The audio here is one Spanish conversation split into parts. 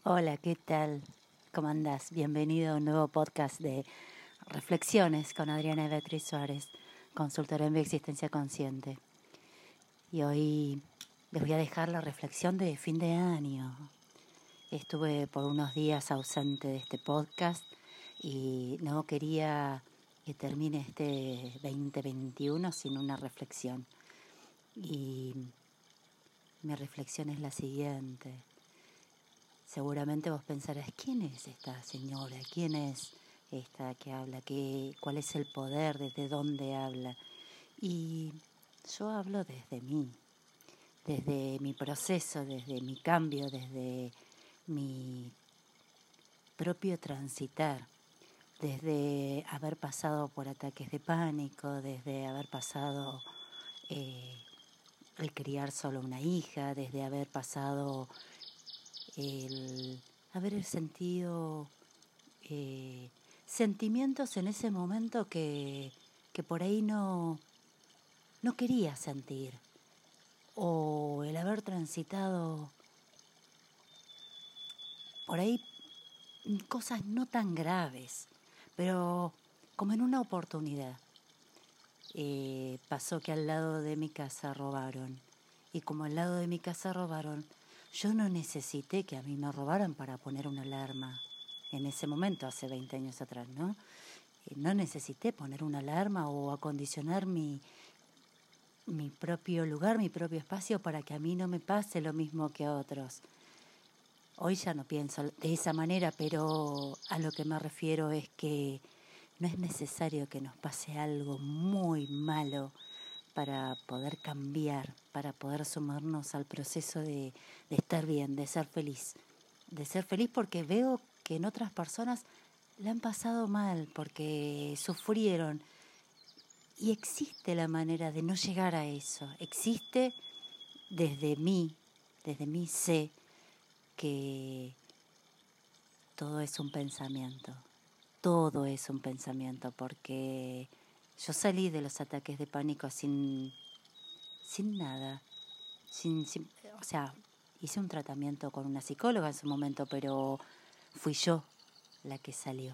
Hola, ¿qué tal? ¿Cómo andás? Bienvenido a un nuevo podcast de Reflexiones con Adriana Beatriz Suárez, consultora en bioexistencia consciente. Y hoy les voy a dejar la reflexión de fin de año. Estuve por unos días ausente de este podcast y no quería que termine este 2021 sin una reflexión. Y mi reflexión es la siguiente. Seguramente vos pensarás, ¿quién es esta señora? ¿Quién es esta que habla? ¿Cuál es el poder? ¿Desde dónde habla? Y yo hablo desde mí, desde mi proceso, desde mi cambio, desde mi propio transitar, desde haber pasado por ataques de pánico, desde haber pasado el criar solo una hija, desde haber pasado el haber sentido sentimientos en ese momento que por ahí no quería sentir, o el haber transitado por ahí cosas no tan graves, pero como en una oportunidad. Pasó que al lado de mi casa robaron, y como al lado de mi casa robaron, yo no necesité que a mí me robaran para poner una alarma. En ese momento, hace 20 años atrás, ¿no? No necesité poner una alarma o acondicionar mi propio lugar, mi propio espacio para que a mí no me pase lo mismo que a otros. Hoy ya no pienso de esa manera, pero a lo que me refiero es que no es necesario que nos pase algo muy malo para poder cambiar, para poder sumarnos al proceso de estar bien, de ser feliz. De ser feliz porque veo que en otras personas la han pasado mal, porque sufrieron. Y existe la manera de no llegar a eso. Existe desde mí sé que todo es un pensamiento. Todo es un pensamiento, porque yo salí de los ataques de pánico sin nada. O sea, hice un tratamiento con una psicóloga en su momento, pero fui yo la que salió.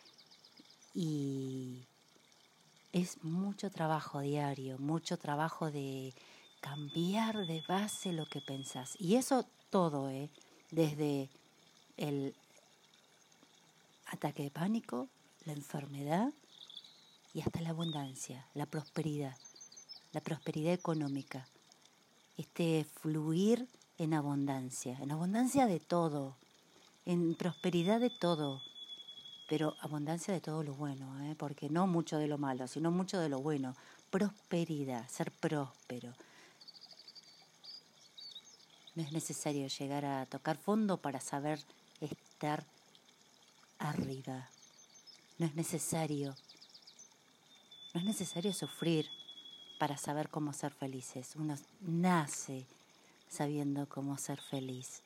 Y es mucho trabajo diario, mucho trabajo de cambiar de base lo que pensás. Y eso todo, desde el ataque de pánico, la enfermedad y hasta la abundancia, la prosperidad económica. Este fluir en abundancia de todo, en prosperidad de todo, pero abundancia de todo lo bueno, porque no mucho de lo malo, sino mucho de lo bueno. Prosperidad, ser próspero. No es necesario llegar a tocar fondo para saber estar arriba. No es necesario sufrir para saber cómo ser felices. Uno nace sabiendo cómo ser feliz.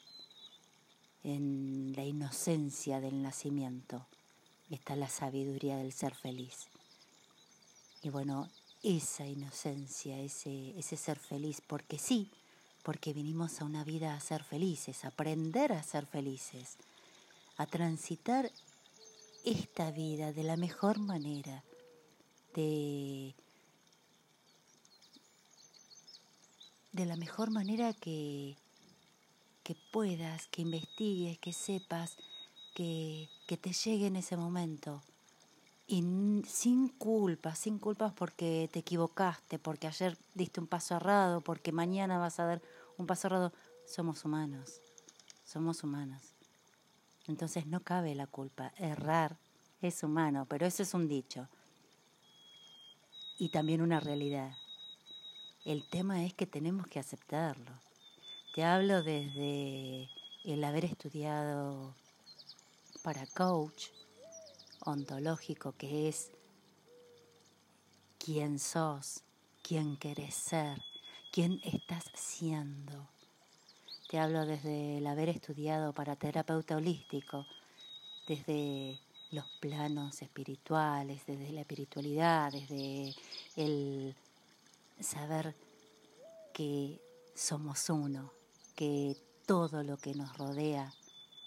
En la inocencia del nacimiento está la sabiduría del ser feliz. Y bueno, esa inocencia, ese ser feliz, porque vinimos a una vida a ser felices, a aprender a ser felices, a transitar esta vida de la mejor manera, de la mejor manera que puedas, que investigues, que sepas, que te llegue en ese momento. Y sin culpas porque te equivocaste, porque ayer diste un paso errado, porque mañana vas a dar un paso errado. Somos humanos. Entonces no cabe la culpa. Errar es humano, pero eso es un dicho. Y también una realidad. El tema es que tenemos que aceptarlo. Te hablo desde el haber estudiado para coach ontológico, que es quién sos, quién querés ser, quién estás siendo. Te hablo desde el haber estudiado para terapeuta holístico, desde los planos espirituales, desde la espiritualidad, desde el saber que somos uno, que todo lo que nos rodea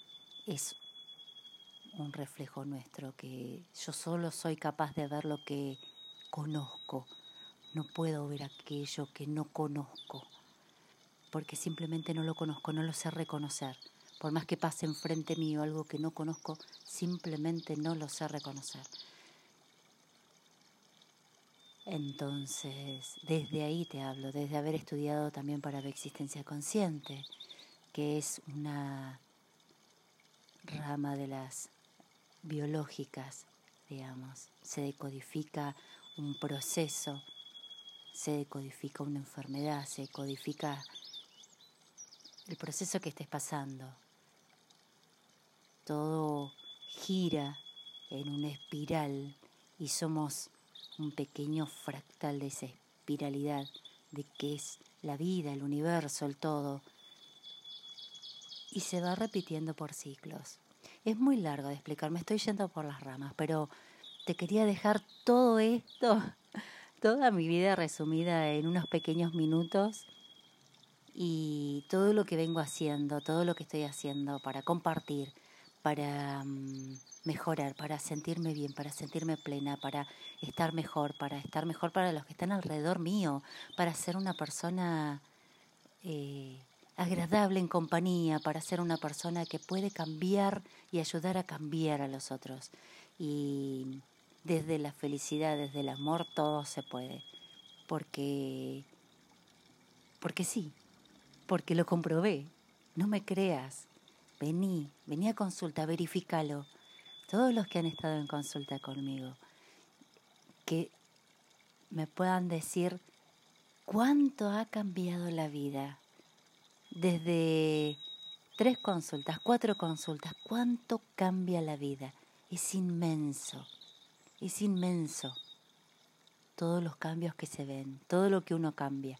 es un reflejo nuestro, que yo solo soy capaz de ver lo que conozco. No puedo ver aquello que no conozco, porque simplemente no lo conozco, no lo sé reconocer. Por más que pase enfrente mío algo que no conozco, simplemente no lo sé reconocer. Entonces, desde ahí te hablo, desde haber estudiado también para la existencia consciente, que es una rama de las biológicas, digamos. Se decodifica un proceso, se decodifica una enfermedad, se decodifica el proceso que estés pasando. Todo gira en una espiral y somos un pequeño fractal de esa espiralidad de que es la vida, el universo, el todo. Y se va repitiendo por ciclos. Es muy largo de explicar, me estoy yendo por las ramas, pero te quería dejar todo esto, toda mi vida resumida en unos pequeños minutos y todo lo que vengo haciendo, todo lo que estoy haciendo para compartir, para mejorar, para sentirme bien, para sentirme plena, para estar mejor para los que están alrededor mío, para ser una persona agradable en compañía, para ser una persona que puede cambiar y ayudar a cambiar a los otros. Y desde la felicidad, desde el amor, todo se puede. Porque sí, porque lo comprobé. No me creas. Vení a consulta, verifícalo. Todos los que han estado en consulta conmigo, que me puedan decir cuánto ha cambiado la vida. Desde 3 consultas, 4 consultas, cuánto cambia la vida. Es inmenso, es inmenso. Todos los cambios que se ven, todo lo que uno cambia.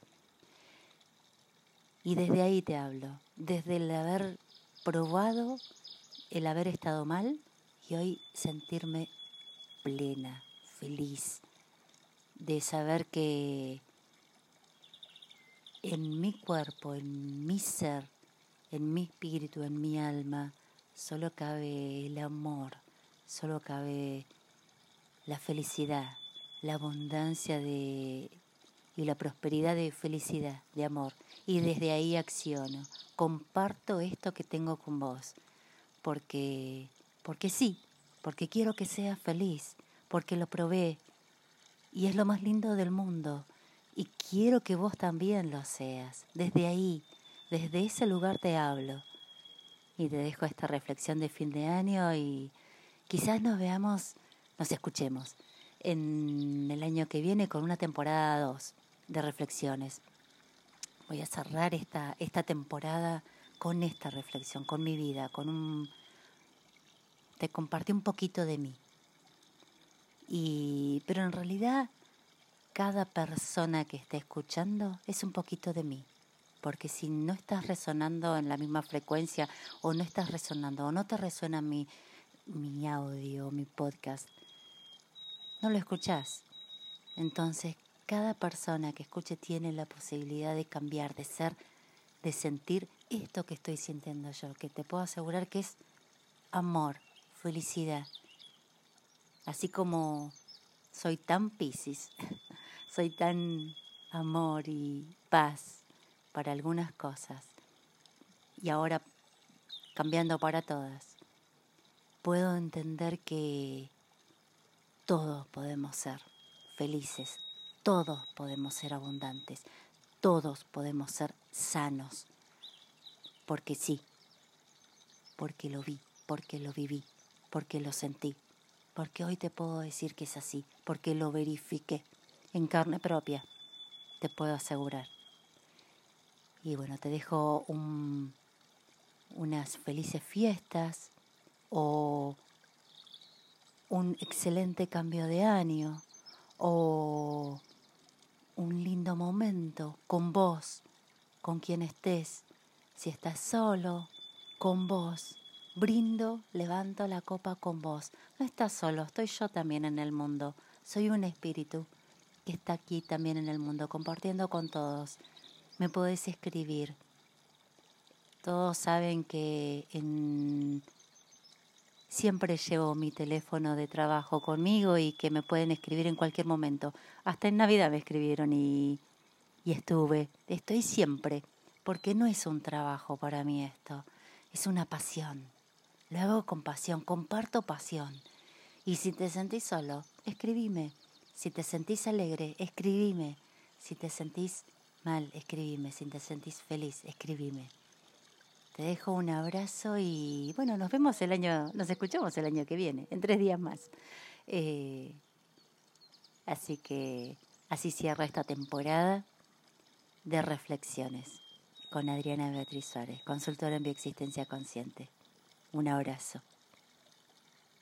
Y desde ahí te hablo, desde el haber probado, el haber estado mal y hoy sentirme plena, feliz, de saber que en mi cuerpo, en mi ser, en mi espíritu, en mi alma, solo cabe el amor, solo cabe la felicidad, la abundancia y la prosperidad de felicidad, de amor. Y desde ahí acciono. Comparto esto que tengo con vos. Porque sí, porque quiero que seas feliz, porque lo probé. Y es lo más lindo del mundo. Y quiero que vos también lo seas. Desde ahí, desde ese lugar te hablo. Y te dejo esta reflexión de fin de año y quizás nos escuchemos en el año que viene con una temporada 2 de reflexiones. Voy a cerrar esta temporada con esta reflexión, con mi vida, te compartí un poquito de mí. Pero en realidad cada persona que esté escuchando es un poquito de mí. Porque si no estás resonando en la misma frecuencia o no estás resonando o no te resuena mi audio, mi podcast, no lo escuchás. Entonces, cada persona que escuche tiene la posibilidad de cambiar, de ser, de sentir esto que estoy sintiendo yo, que te puedo asegurar que es amor, felicidad. Así como soy tan Piscis, soy tan amor y paz para algunas cosas y ahora cambiando para todas, puedo entender que todos podemos ser felices, todos podemos ser abundantes, todos podemos ser sanos, porque sí, porque lo vi, porque lo viví, porque lo sentí, porque hoy te puedo decir que es así, porque lo verifiqué en carne propia, te puedo asegurar. Y bueno, te dejo unas felices fiestas o un excelente cambio de año o un lindo momento con vos, con quien estés. Si estás solo, con vos. Brindo, levanto la copa con vos. No estás solo, estoy yo también en el mundo. Soy un espíritu que está aquí también en el mundo, compartiendo con todos. Me podés escribir. Todos saben que en siempre llevo mi teléfono de trabajo conmigo y que me pueden escribir en cualquier momento. Hasta en Navidad me escribieron y estoy siempre, porque no es un trabajo para mí esto, es una pasión. Lo hago con pasión, comparto pasión. Y si te sentís solo, escribime. Si te sentís alegre, escribime. Si te sentís mal, escribime. Si te sentís feliz, escribime. Te dejo un abrazo y bueno, nos escuchamos el año que viene, en 3 días más. Así que así cierro esta temporada de reflexiones con Adriana Beatriz Suárez, consultora en bioexistencia consciente. Un abrazo.